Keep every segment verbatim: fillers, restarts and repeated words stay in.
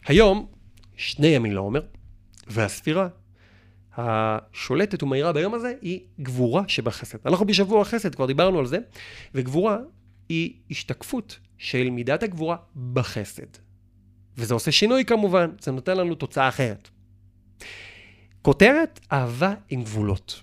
היום, שני ימים לעומר, והספירה השולטת ומהירה ביום הזה היא גבורה שבחסד. אנחנו בשבוע החסד, כבר דיברנו על זה, וגבורה היא השתקפות של מידת הגבורה בחסד. וזה עושה שינוי כמובן, זה נותן לנו תוצאה אחרת. כותרת, אהבה עם גבולות.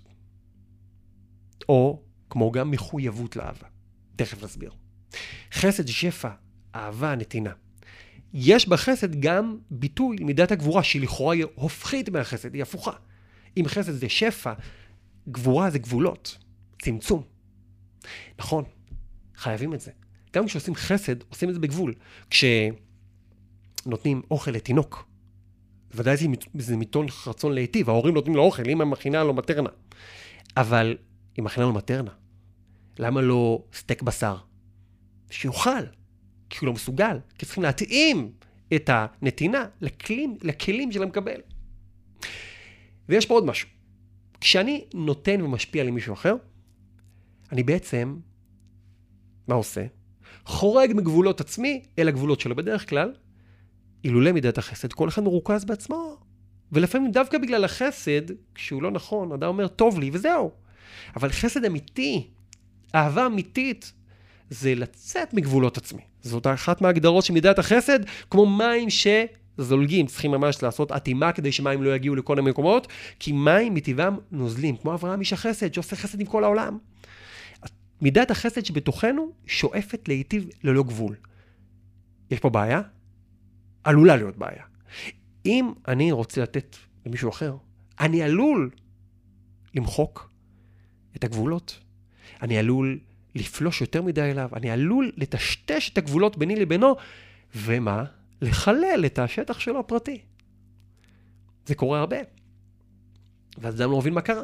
או כמו גם מחויבות לאהבה. תכף נסביר. חסד שפע, אהבה, נתינה. יש בחסד גם ביטוי למידת הגבורה, שהיא לכאורה היא הופכית מהחסד, היא הפוכה. אם חסד זה שפע, גבורה זה גבולות, צמצום. נכון, חייבים את זה. גם כשעושים חסד, עושים את זה בגבול. כשנותנים אוכל לתינוק, ודאי זה, זה מתון רצון להיטיב, ההורים נותנים לו אוכל, אמא מכינה לו מטרנה. אבל אם מכינה לו מטרנה, למה לא סטייק בשר? שיוכל, כי הוא לא מסוגל, כי צריכים להתאים את הנתינה לכלים, לכלים של המקבל. ויש פה עוד משהו. כשאני נותן ומשפיע למישהו אחר, אני בעצם, מה עושה? חורג מגבולות עצמי אל הגבולות שלו. בדרך כלל, אילולא מידת החסד, כל אחד מרוכז בעצמו. ולפעמים דווקא בגלל החסד, כשהוא לא נכון, אדם אומר, טוב לי, וזהו. אבל חסד אמיתי, אהבה אמיתית, זה לצאת מגבולות עצמי. זאת אחת מההגדרות של מידת החסד, כמו מים שזולגים, צריכים ממש לעשות עתימה כדי שמים לא יגיעו לכל המקומות, כי מים מטבעם נוזלים, כמו אברהם איש החסד, שעושה חסד עם כל העולם. מידת החסד שבתוכנו שואפת להיטיב ללא גבול. יש פה בעיה? עלולה להיות בעיה. אם אני רוצה לתת למישהו אחר, אני עלול למחוק את הגבולות. אני עלול לפלוש יותר מדי אליו, אני עלול לטשטש את הגבולות ביני לבינו, ומה? לחלל את השטח שלו הפרטי. זה קורה הרבה. ואז אדם לא מבין מה קרה.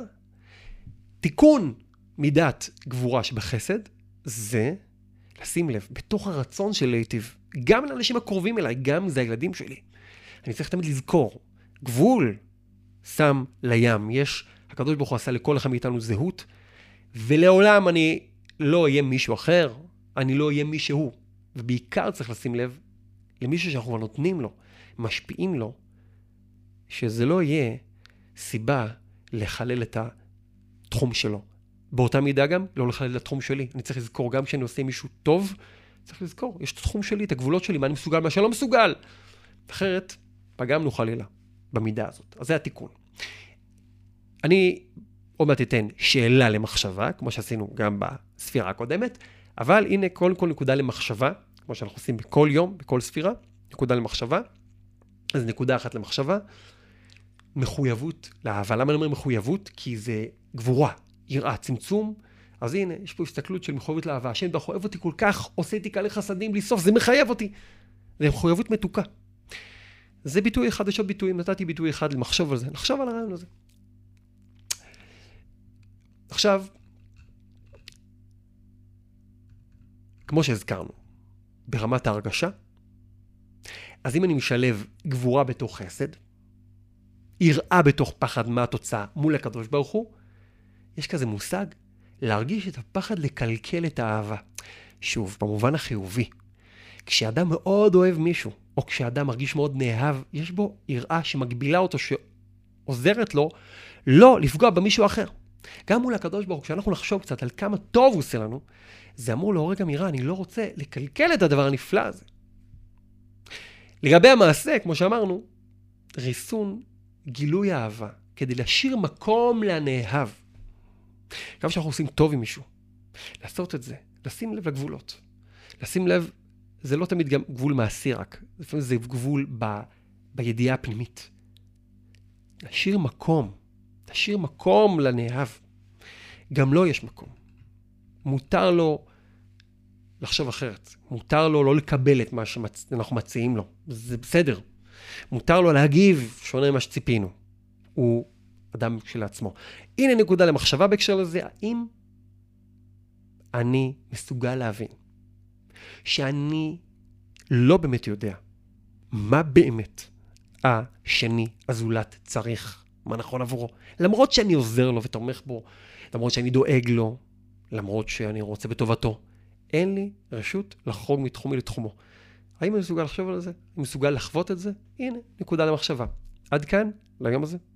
תיקון מידת גבורה שבחסד, זה לשים לב, בתוך הרצון של להיטיב, גם לאנשים הקרובים אליי, גם זה הילדים שלי. אני צריך תמיד לזכור, גבול שם לים, יש, הקדוש ברוך הוא עשה לכל אחד מאיתנו זהות, ולעולם אני לא אהיה מישהו אחר, אני לא אהיה מישהו, ובעיקר צריך לשים לב למישהו שאנחנו נותנים לו, משפיעים לו, שזה לא יהיה סיבה לחלל את התחום שלו. באותה מידה גם, לא לחלל את התחום שלי. אני צריך לזכור, גם כשאני עושה מישהו טוב, צריך לזכור, יש את התחום שלי, את הגבולות שלי, מה אני מסוגל, מה שאני לא מסוגל. אחרת, פגמנו חלילה במידה הזאת. אז זה התיקון. אני עוד מעט אתן שאלה למחשבה, כמו שעשינו גם בספירה הקודמת, אבל הנה כל כל נקודה למחשבה, כמו שאנחנו עושים בכל יום, בכל ספירה, נקודה למחשבה. אז נקודה אחת למחשבה, מחויבות לאהבה. למה אני אומר מחויבות? כי זה גבורה, יראה, צמצום. אז הנה, יש פה הסתכלות של מחויבות לאהבה. השם אתה אוהב אותי כל כך, עושה איתי כאלה חסדים בלי סוף, זה מחייב אותי. זה מחויבות מתוקה. זה ביטוי אחד, יש עוד ביטויים, נתתי ביטוי אחד למחשוב על זה, לחשוב על הרעיון הזה. עכשיו, כמו שהזכרנו, ברמת ההרגשה, אז אם אני משלב גבורה בתוך חסד, יראה בתוך פחד מה התוצאה מול הקדוש ברוך הוא, יש כזה מושג, להרגיש את הפחד לקלקל את האהבה. שוב, במובן החיובי, כשאדם מאוד אוהב מישהו, או כשאדם מרגיש מאוד נאהב, יש בו יראה שמגבילה אותו, שעוזרת לו לא לפגוע במישהו אחר. גם מול הקדוש ברוך הוא, כשאנחנו נחשוב קצת על כמה טוב הוא עושה לנו, זה אמור לעורר גם יראה, אני לא רוצה לקלקל את הדבר הנפלא הזה. לגבי המעשה, כמו שאמרנו, ריסון גילוי אהבה, כדי להשאיר מקום לנאהב. גם כשאנחנו עושים טוב עם מישהו, לעשות את זה, לשים לב לגבולות. לשים לב, זה לא תמיד גם גבול מעשי רק, לפעמים זה גבול ב, בידיעה הפנימית. להשאיר מקום, להשאיר מקום לנאהב. גם לא יש מקום. מותר לו לחשוב אחרת. מותר לו לא לקבל את מה שאנחנו מציעים לו. זה בסדר. מותר לו להגיב שונה ממה שציפינו. הוא אדם שלעצמו. הנה נקודה למחשבה בהקשר לזה. האם אני מסוגל להבין שאני לא באמת יודע מה באמת השני הזולת צריך, מה נכון עבורו. למרות שאני עוזר לו ותומך בו, למרות שאני דואג לו, למרות שאני רוצה בטובתו, אין לי רשות לחרוג מתחומי לתחומו. האם אני מסוגל לחשוב על זה? אני מסוגל לחוות את זה? הנה, נקודה למחשבה. עד כאן, ליום הזה.